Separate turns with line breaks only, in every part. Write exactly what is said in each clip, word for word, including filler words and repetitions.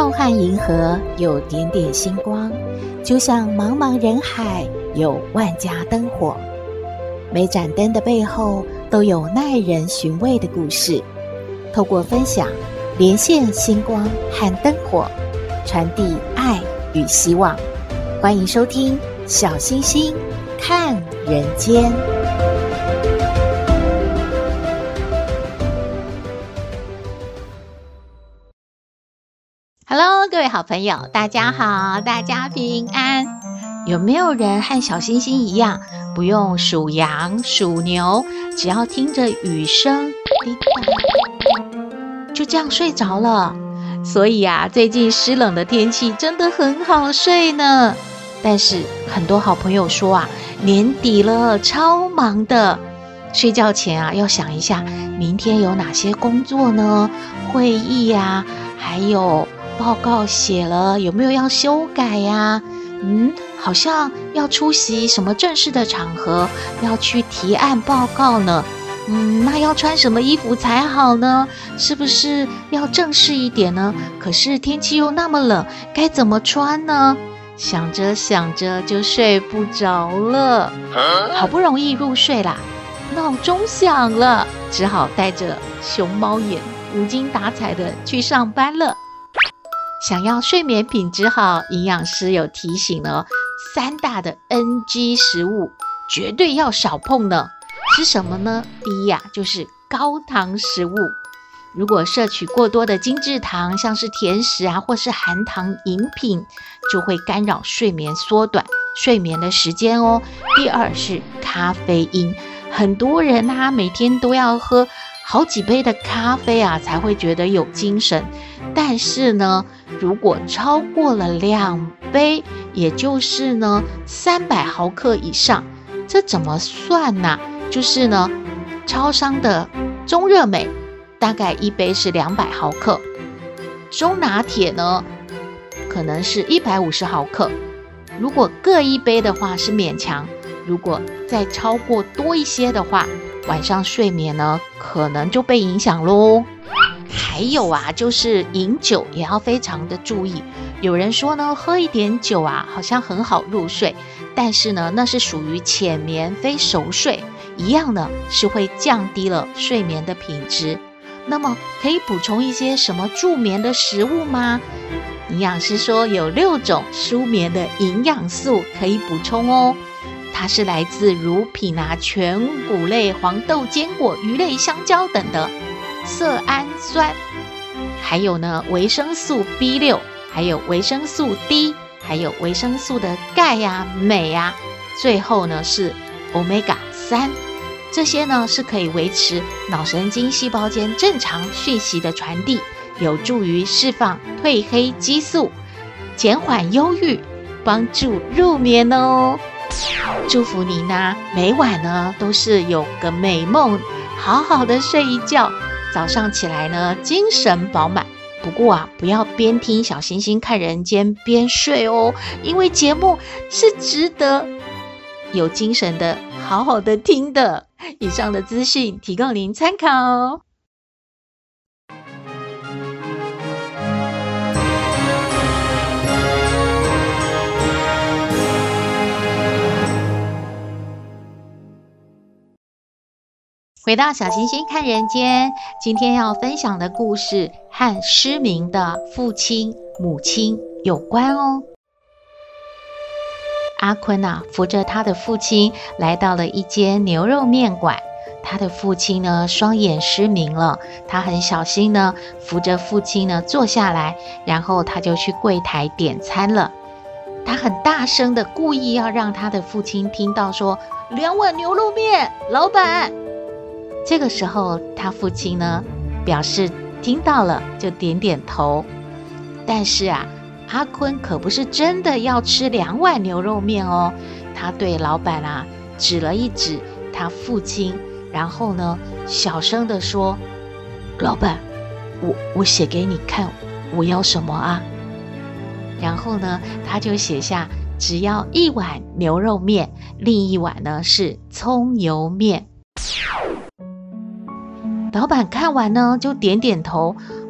浩瀚银河有点点星光，就像茫茫人海有万家灯火。每盏灯的背后都有耐人寻味的故事。透过分享，连线星光和灯火，传递爱与希望。欢迎收听小星星看人间。Hello， 各位好朋友，大家好，大家平安。有没有人和小星星一样，不用数羊数牛，只要听着雨声滴答，就这样睡着了？所以啊，最近湿冷的天气真的很好睡呢。但是很多好朋友说啊，年底了，超忙的。睡觉前啊，要想一下明天有哪些工作呢？会议啊，还有报告写了有没有要修改呀？嗯，好像要出席什么正式的场合，要去提案报告呢。嗯，那要穿什么衣服才好呢？是不是要正式一点呢？可是天气又那么冷，该怎么穿呢？想着想着就睡不着了。好不容易入睡啦，闹钟响了，只好带着熊猫眼，无精打采的去上班了。想要睡眠品质好，营养师有提醒了，三大的 N G 食物绝对要少碰呢。是什么呢？第一啊，就是高糖食物。如果摄取过多的精制糖，像是甜食啊，或是含糖饮品，就会干扰睡眠，缩短睡眠的时间哦。第二是咖啡因，很多人啊，每天都要喝好几杯的咖啡啊，才会觉得有精神。但是呢，如果超过了两杯，也就是呢三百毫克以上，这怎么算呢？就是呢，超商的中热美大概一杯是两百毫克，中拿铁呢可能是一百五十毫克。如果各一杯的话是勉强，如果再超过多一些的话，晚上睡眠呢可能就被影响咯。还有啊，就是饮酒也要非常的注意。有人说呢，喝一点酒啊好像很好入睡，但是呢那是属于浅眠非熟睡，一样呢是会降低了睡眠的品质。那么可以补充一些什么助眠的食物吗？营养师说有六种舒眠的营养素可以补充哦。它是来自乳品啊、全谷类、黄豆、坚果、鱼类、香蕉等的色氨酸，还有呢维生素 B 六， 还有维生素 D， 还有维生素的钙呀、镁呀，最后呢是 欧米伽三。这些呢是可以维持脑神经细胞间正常讯息的传递，有助于释放褪黑激素，减缓忧郁，帮助入眠哦。祝福你呢，每晚呢都是有个美梦，好好的睡一觉，早上起来呢精神饱满。不过啊，不要边听小星星看人间边睡哦，因为节目是值得有精神的好好的听的。以上的资讯提供您参考。回到小星星看人间，今天要分享的故事和失明的父亲母亲有关哦。阿坤啊，扶着他的父亲来到了一间牛肉面馆。他的父亲呢，双眼失明了，他很小心呢，扶着父亲呢坐下来，然后他就去柜台点餐了。他很大声的故意要让他的父亲听到说，两碗牛肉面，老板。这个时候他父亲呢表示听到了，就点点头。但是啊，阿坤可不是真的要吃两碗牛肉面哦，他对老板啊指了一指他父亲，然后呢小声的说，老板，我我写给你看我要什么啊。然后呢他就写下只要一碗牛肉面，另一碗呢是葱油面。老板看完呢就点点头，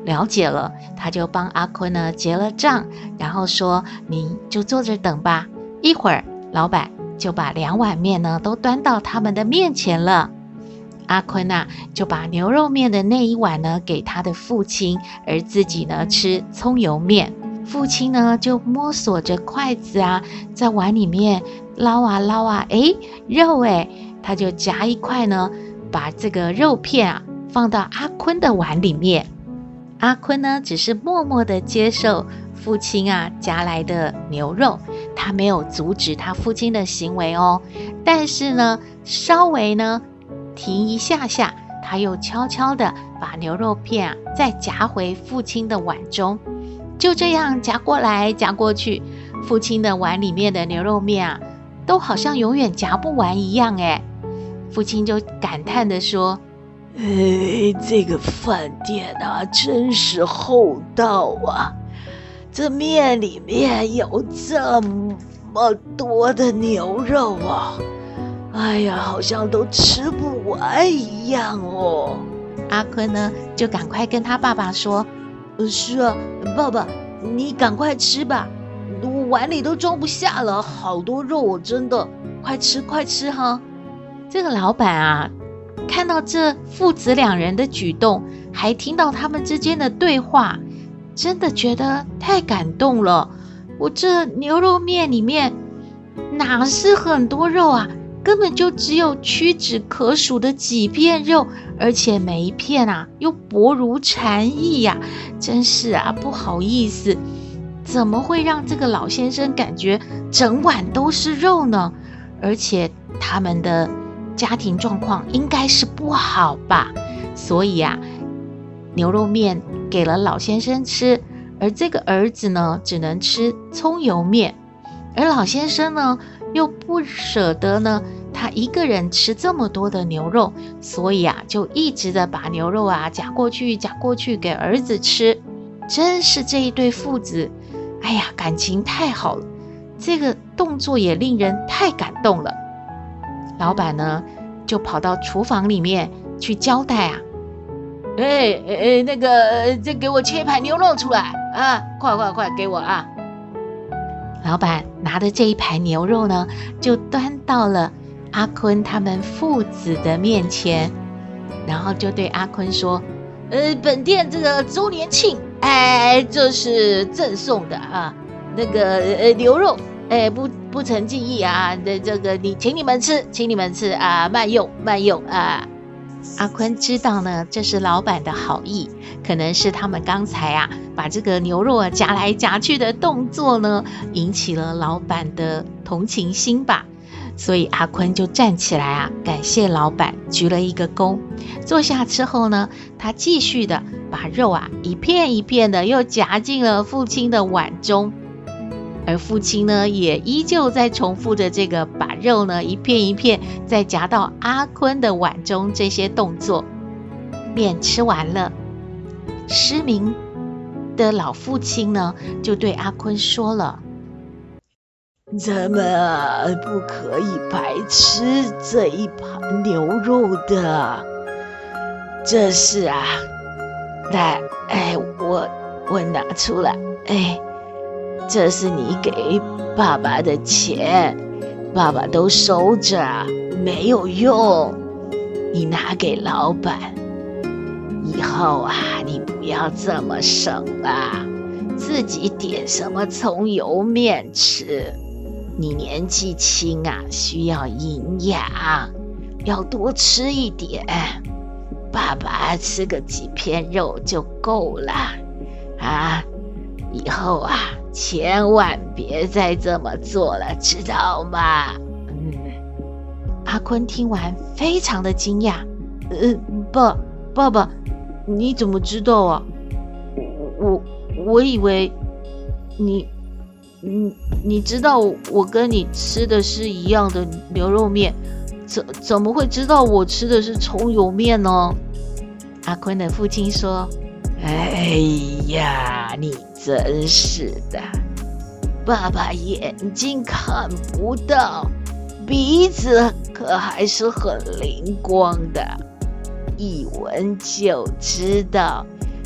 了解了，他就帮阿坤呢结了账，然后说你就坐着等吧，一会儿老板就把两碗面呢都端到他们的面前了。阿坤啊就把牛肉面的那一碗呢给他的父亲，而自己呢吃葱油面。父亲呢就摸索着筷子啊，在碗里面捞啊捞啊，诶，肉诶，他就夹一块呢，把这个肉片啊放到阿坤的碗里面。阿坤呢只是默默的接受父亲啊夹来的牛肉，他没有阻止他父亲的行为哦，但是呢稍微呢停一下下，他又悄悄的把牛肉片啊再夹回父亲的碗中。就这样夹过来夹过去，父亲的碗里面的牛肉面啊都好像永远夹不完一样诶。父亲就感叹地说，
哎，这个饭店啊真是厚道啊，这面里面有这么多的牛肉啊，哎呀，好像都吃不完一样哦。
阿坤呢就赶快跟他爸爸说，
呃是啊，爸爸你赶快吃吧，我碗里都装不下了，好多肉哦，真的，快吃快吃哈。
这个老板啊看到这父子两人的举动，还听到他们之间的对话，真的觉得太感动了。我这牛肉面里面哪是很多肉啊，根本就只有屈指可数的几片肉，而且每一片啊又薄如蝉翼呀、啊，真是啊不好意思，怎么会让这个老先生感觉整碗都是肉呢？而且他们的家庭状况应该是不好吧，所以啊牛肉面给了老先生吃，而这个儿子呢只能吃葱油面，而老先生呢又不舍得呢他一个人吃这么多的牛肉，所以啊就一直的把牛肉啊夹过去夹过去给儿子吃。真是这一对父子，哎呀感情太好了，这个动作也令人太感动了。老板呢就跑到厨房里面去交代啊，
哎哎，那个再给我切一盘牛肉出来啊，快快快给我啊。
老板拿着这一盘牛肉呢就端到了阿坤他们父子的面前，然后就对阿坤说，
呃，本店这个周年庆，哎，这是赠送的啊，那个呃牛肉，哎，不不成敬意啊，这这个你请你们吃，请你们吃啊，慢用慢用啊。
阿坤知道呢这是老板的好意，可能是他们刚才啊把这个牛肉啊夹来夹去的动作呢引起了老板的同情心吧，所以阿坤就站起来啊感谢老板，鞠了一个躬。坐下之后呢，他继续的把肉啊一片一片的又夹进了父亲的碗中，而父亲呢也依旧在重复着这个把肉呢一片一片再夹到阿坤的碗中这些动作。面吃完了，失明的老父亲呢就对阿坤说了，
咱们啊不可以白吃这一盘牛肉的，这是啊，来，哎，我我拿出来，哎，这是你给爸爸的钱，爸爸都收着，没有用，你拿给老板。以后啊，你不要这么省啦，自己点什么葱油面吃。你年纪轻啊，需要营养，要多吃一点。爸爸吃个几片肉就够了啊！以后啊，千万别再这么做了，知道吗？嗯。
阿坤听完非常的惊讶，
呃，爸，爸爸，你怎么知道啊？我我我以为你。你你知道我跟你吃的是一样的牛肉面，怎怎么会知道我吃的是葱油面呢？
阿坤的父亲说，
哎呀，你真是的，爸爸眼睛看不到，鼻子可还是很灵光的，一闻就知道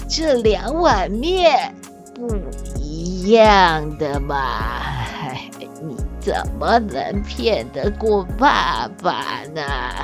这两碗面不一样的嘛，你怎么能骗得过爸爸呢？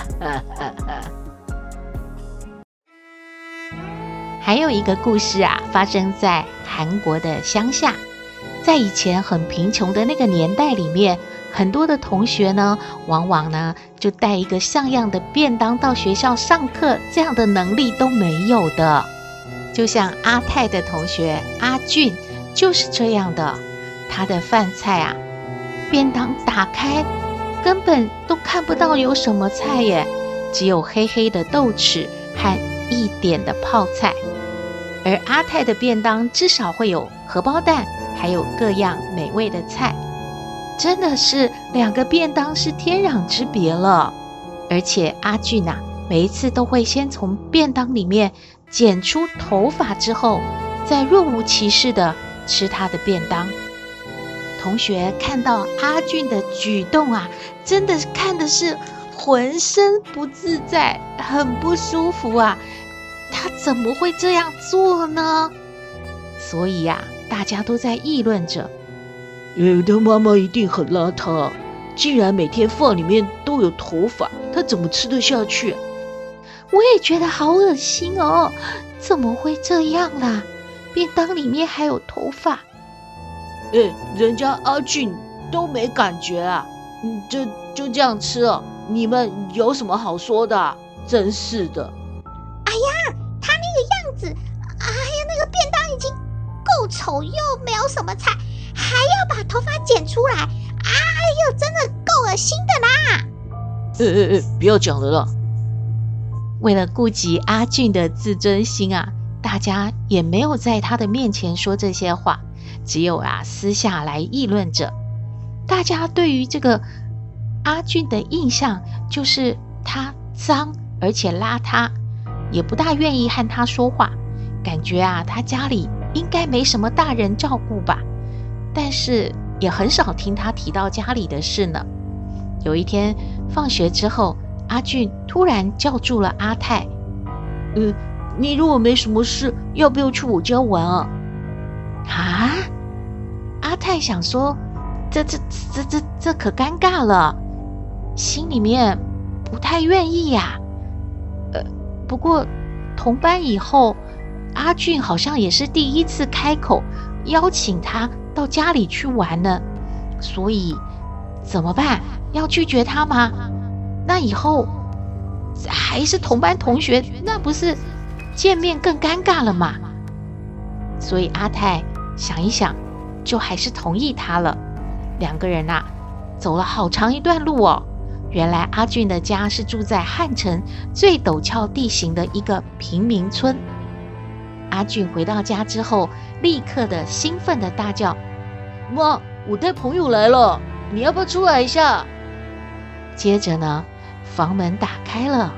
还有一个故事啊，发生在韩国的乡下。在以前很贫穷的那个年代里面，很多的同学呢，往往呢就带一个像样的便当到学校上课，这样的能力都没有的。就像阿泰的同学阿俊就是这样的，他的饭菜啊，便当打开根本都看不到有什么菜耶，只有黑黑的豆豉和一点的泡菜。而阿泰的便当至少会有荷包蛋，还有各样美味的菜，真的是两个便当是天壤之别了。而且阿俊啊，每一次都会先从便当里面剪出头发之后，再若无其事的吃他的便当。同学看到阿俊的举动啊，真的看的是浑身不自在，很不舒服啊。他怎么会这样做呢？所以啊，大家都在议论着，
呃，他妈妈一定很邋遢，既然每天饭里面都有头发，他怎么吃得下去？
我也觉得好恶心哦，怎么会这样啦？便当里面还有头发。
呃，人家阿俊都没感觉啊，嗯，就就这样吃哦，你们有什么好说的啊？真是的。
哎呀，他那个样子，哎呀，那个便当已经够丑，又没有什么菜，还要把头发剪出来，哎呦，真的够恶心的啦！
呃呃呃，不要讲了啦。
为了顾及阿俊的自尊心啊，大家也没有在他的面前说这些话，只有啊私下来议论着。大家对于这个阿俊的印象就是他脏而且邋遢，也不大愿意和他说话，感觉啊他家里应该没什么大人照顾吧，但是也很少听他提到家里的事呢。有一天放学之后，阿俊突然叫住了阿泰，
呃，你如果没什么事，要不要去我家玩啊？
啊？阿泰想说，这这这这这可尴尬了，心里面不太愿意呀、啊。呃，不过同班以后，阿俊好像也是第一次开口邀请他到家里去玩呢，所以怎么办？要拒绝他吗？那以后还是同班同学，那不是见面更尴尬了吗？所以阿泰想一想，就还是同意他了。两个人啊，走了好长一段路哦。原来阿俊的家是住在汉城最陡峭地形的一个贫民村。阿俊回到家之后，立刻的兴奋的大叫：“
妈，我带朋友来了，你要不要出来一下？”
接着呢，房门打开了，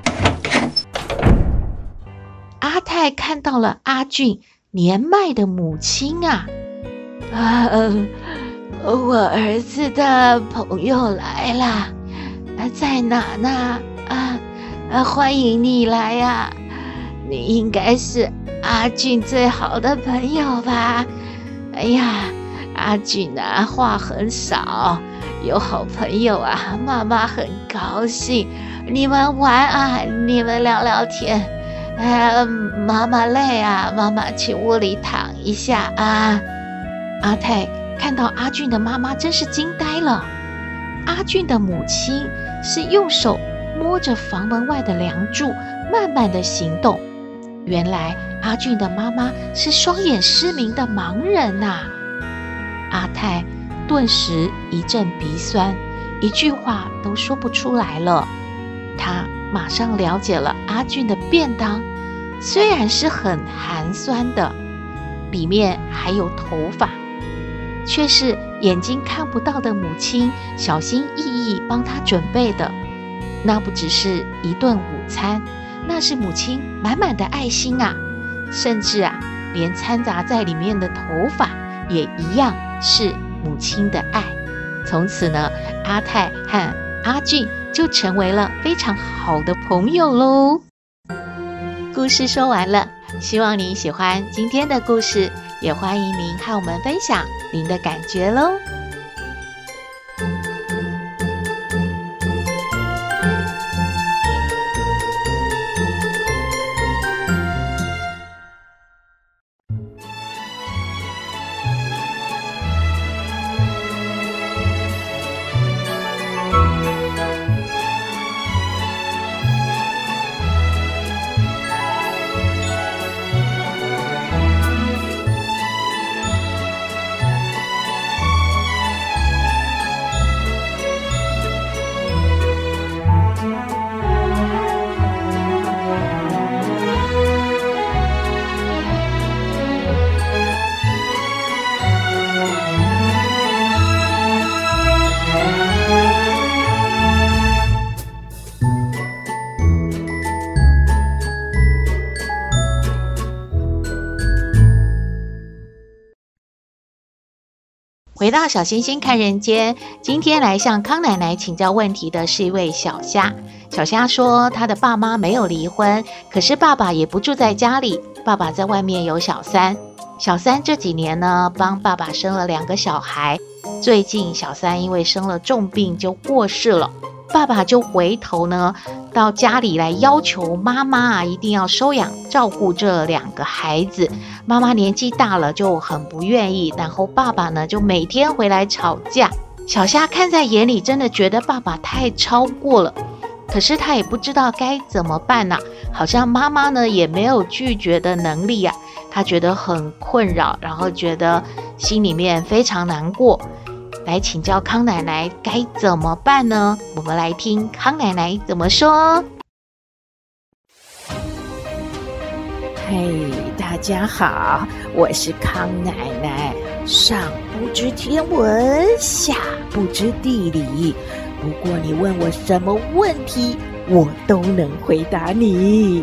阿泰看到了阿俊年迈的母亲啊！
啊，我儿子的朋友来了，在哪呢？啊啊，欢迎你来呀、啊！你应该是阿俊最好的朋友吧？哎呀，阿俊啊，话很少，有好朋友啊，妈妈很高兴。你们玩啊，你们聊聊天。呃，妈妈累啊，妈妈去屋里躺一下啊。
阿泰看到阿俊的妈妈真是惊呆了。阿俊的母亲是用手摸着房门外的梁柱，慢慢的行动。原来阿俊的妈妈是双眼失明的盲人啊。阿泰顿时一阵鼻酸，一句话都说不出来了。他马上了解了阿俊的便当，虽然是很寒酸的，里面还有头发，却是眼睛看不到的母亲小心翼翼帮他准备的。那不只是一顿午餐，那是母亲满满的爱心啊！甚至啊，连掺杂在里面的头发也一样是母亲的爱。从此呢，阿泰和阿俊就成为了非常好的朋友喽。故事说完了， 希望您喜欢今天的故事，也欢迎您和我们分享您的感觉咯。回到小星星看人间，今天来向康奶奶请教问题的是一位小虾。小虾说他的爸妈没有离婚，可是爸爸也不住在家里，爸爸在外面有小三。小三这几年呢，帮爸爸生了两个小孩，最近小三因为生了重病就过世了，爸爸就回头呢到家里来要求妈妈啊一定要收养照顾这两个孩子。妈妈年纪大了就很不愿意，然后爸爸呢就每天回来吵架。小虾看在眼里，真的觉得爸爸太超过了，可是他也不知道该怎么办啊，好像妈妈呢也没有拒绝的能力啊，他觉得很困扰，然后觉得心里面非常难过。来请教康奶奶该怎么办呢？我们来听康奶奶怎么说。
嘿，大家好，我是康奶奶。上不知天文，下不知地理，不过你问我什么问题，我都能回答你。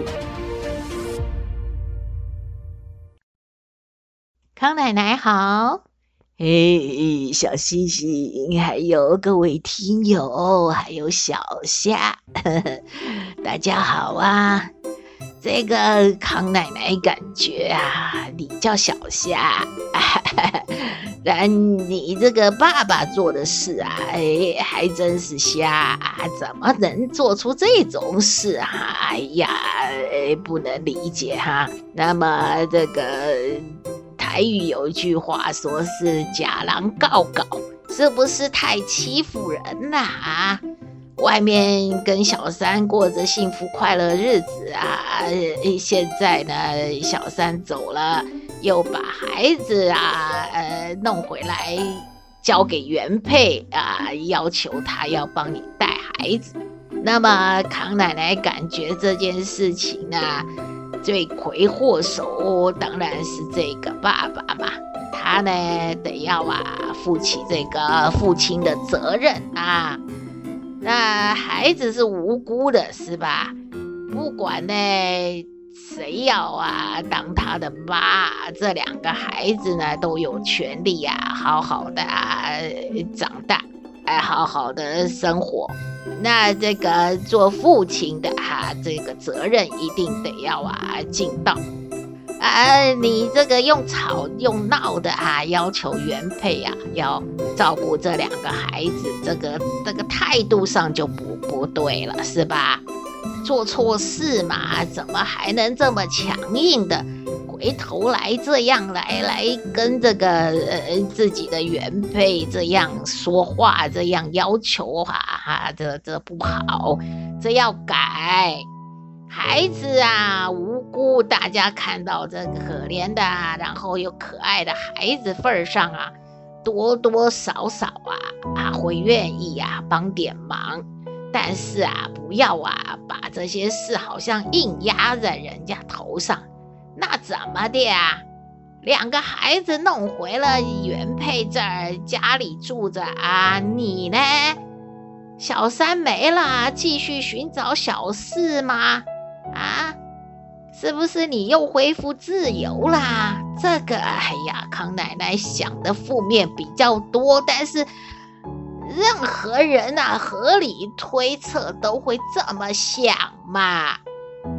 康奶奶好。
嘿，小星星，还有各位听友，还有小虾，呵呵，大家好啊！这个康奶奶感觉啊，你叫小虾，但你这个爸爸做的事啊，哎，还真是瞎啊！怎么能做出这种事啊？哎呀，哎，不能理解哈。那么这个。台语有一句话说是假狼告告，是不是太欺负人啦啊？外面跟小三过着幸福快乐日子啊，现在呢小三走了，又把孩子啊呃弄回来交给原配啊，要求他要帮你带孩子。那么康奶奶感觉这件事情啊，罪魁祸首当然是这个爸爸嘛，他呢得要啊负起这个父亲的责任啊。那孩子是无辜的，是吧？不管呢谁要啊当他的妈，这两个孩子呢都有权利啊好好的啊长大，哎，好好的生活。那这个做父亲的哈、啊，这个责任一定得要啊尽到啊！你这个用吵用闹的啊，要求原配啊要照顾这两个孩子，这个这个态度上就不不对了，是吧？做错事嘛，怎么还能这么强硬的回头来这样来来跟这个呃自己的原配这样说话，这样要求啊，啊这这不好，这要改。孩子啊无辜，大家看到这个可怜的然后又可爱的孩子份上啊，多多少少啊啊会愿意啊帮点忙。但是啊不要啊把这些事好像硬压在人家头上，那怎么的啊？两个孩子弄回了原配这儿家里住着啊，你呢？小三没了，继续寻找小四吗？啊，是不是你又恢复自由啦？这个，哎呀，康奶奶想的负面比较多，但是任何人啊，合理推测都会这么想嘛。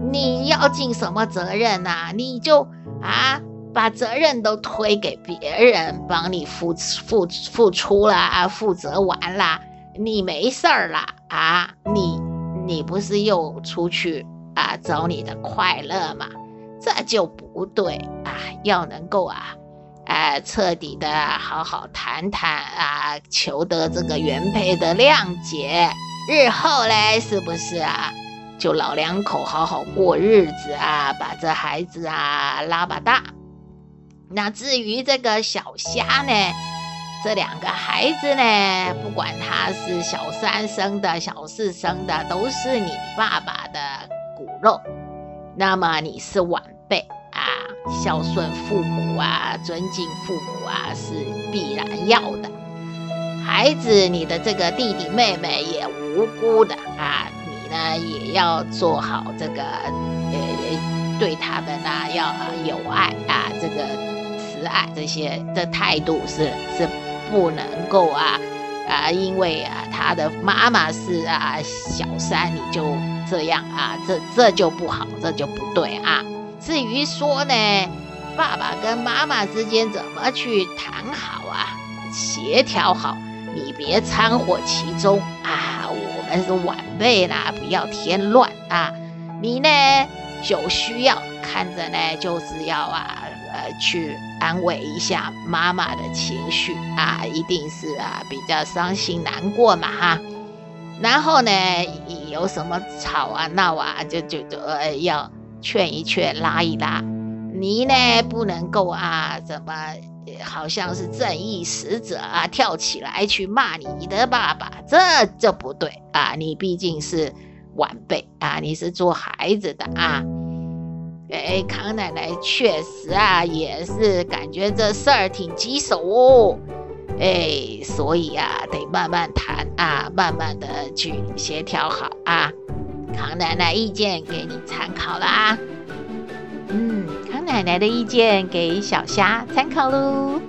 你要尽什么责任啊？你就啊把责任都推给别人，帮你付付付出啦，负责完啦，你没事儿啦啊？你你不是又出去啊找你的快乐吗？这就不对啊！要能够啊。呃，彻底的好好谈谈啊，求得这个原配的谅解，日后嘞，是不是啊，就老两口好好过日子啊，把这孩子啊拉把大。那至于这个小虾呢，这两个孩子呢，不管他是小三生的、小四生的，都是你爸爸的骨肉。那么你是晚辈啊，孝顺父母啊，尊敬父母啊，是必然要的。孩子，你的这个弟弟妹妹也无辜的啊，你呢也要做好这个呃，对他们啊要有爱啊，这个慈爱这些的态度是是不能够啊啊，因为啊他的妈妈是啊小三，你就这样啊，这这就不好，这就不对啊。至于说呢，爸爸跟妈妈之间怎么去谈好啊，协调好，你别掺和其中啊。我们是晚辈啦，不要添乱啊。你呢有需要看着呢，就是要啊呃去安慰一下妈妈的情绪啊，一定是啊比较伤心难过嘛哈。然后呢，有什么吵啊闹啊，就就就呃要劝一劝，拉一拉。你呢不能够啊怎么好像是正义使者啊，跳起来去骂你的爸爸，这就不对啊！你毕竟是晚辈啊，你是做孩子的啊。哎，康奶奶确实啊，也是感觉这事儿挺棘手哦。哎，所以啊，得慢慢谈啊，慢慢的去协调好啊。康奶奶意见给你参考啦。嗯，康奶奶的意见给小虾参考喽。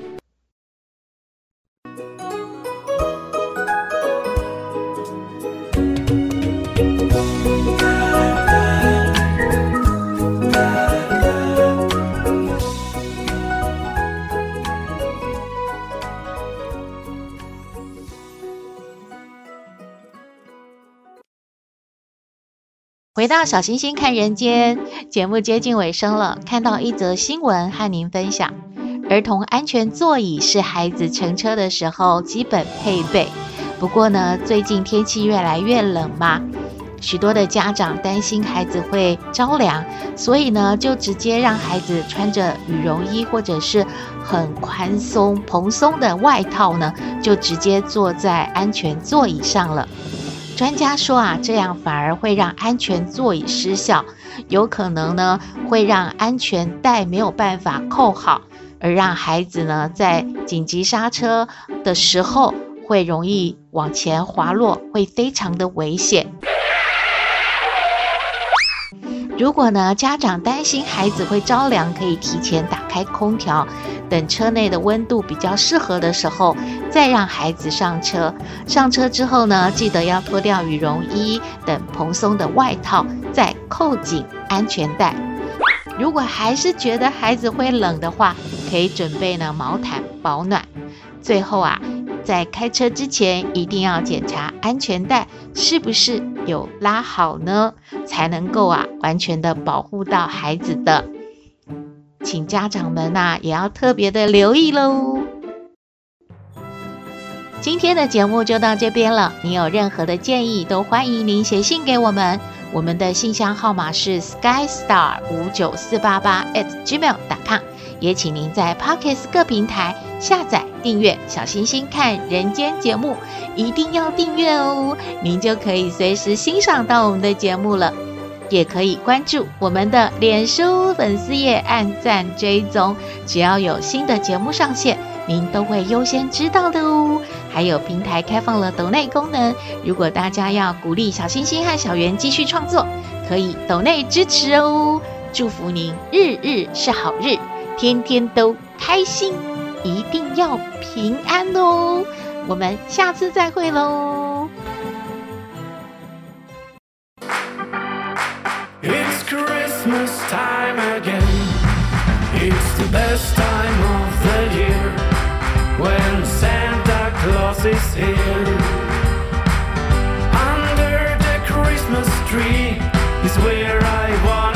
回到小星星看人间，节目接近尾声了，看到一则新闻和您分享。儿童安全座椅是孩子乘车的时候基本配备，不过呢，最近天气越来越冷嘛，许多的家长担心孩子会着凉，所以呢，就直接让孩子穿着羽绒衣或者是很宽松蓬松的外套呢，就直接坐在安全座椅上了。专家说啊，这样反而会让安全座椅失效，有可能呢会让安全带没有办法扣好，而让孩子呢在紧急刹车的时候会容易往前滑落，会非常的危险。如果呢家长担心孩子会着凉，可以提前打开空调，等车内的温度比较适合的时候，再让孩子上车。上车之后呢，记得要脱掉羽绒衣等蓬松的外套，再扣紧安全带。如果还是觉得孩子会冷的话，可以准备呢毛毯保暖。最后啊，在开车之前一定要检查安全带是不是有拉好呢，才能够啊完全的保护到孩子的。请家长们啊也要特别的留意咯。今天的节目就到这边了，你有任何的建议都欢迎您写信给我们，我们的信箱号码是 skystar 五九四八八 at gmail dot com， 也请您在 Podcast 各平台下载订阅小星星看人间节目，一定要订阅哦，您就可以随时欣赏到我们的节目了。也可以关注我们的脸书粉丝页，按赞追踪，只要有新的节目上线，您都会优先知道的哦。还有平台开放了抖内功能，如果大家要鼓励小星星和小圆继续创作，可以抖内支持哦。祝福您日日是好日，天天都开心，一定要平安哦。我们下次再会咯。
It's crazy. is here. Under the Christmas tree is where I was.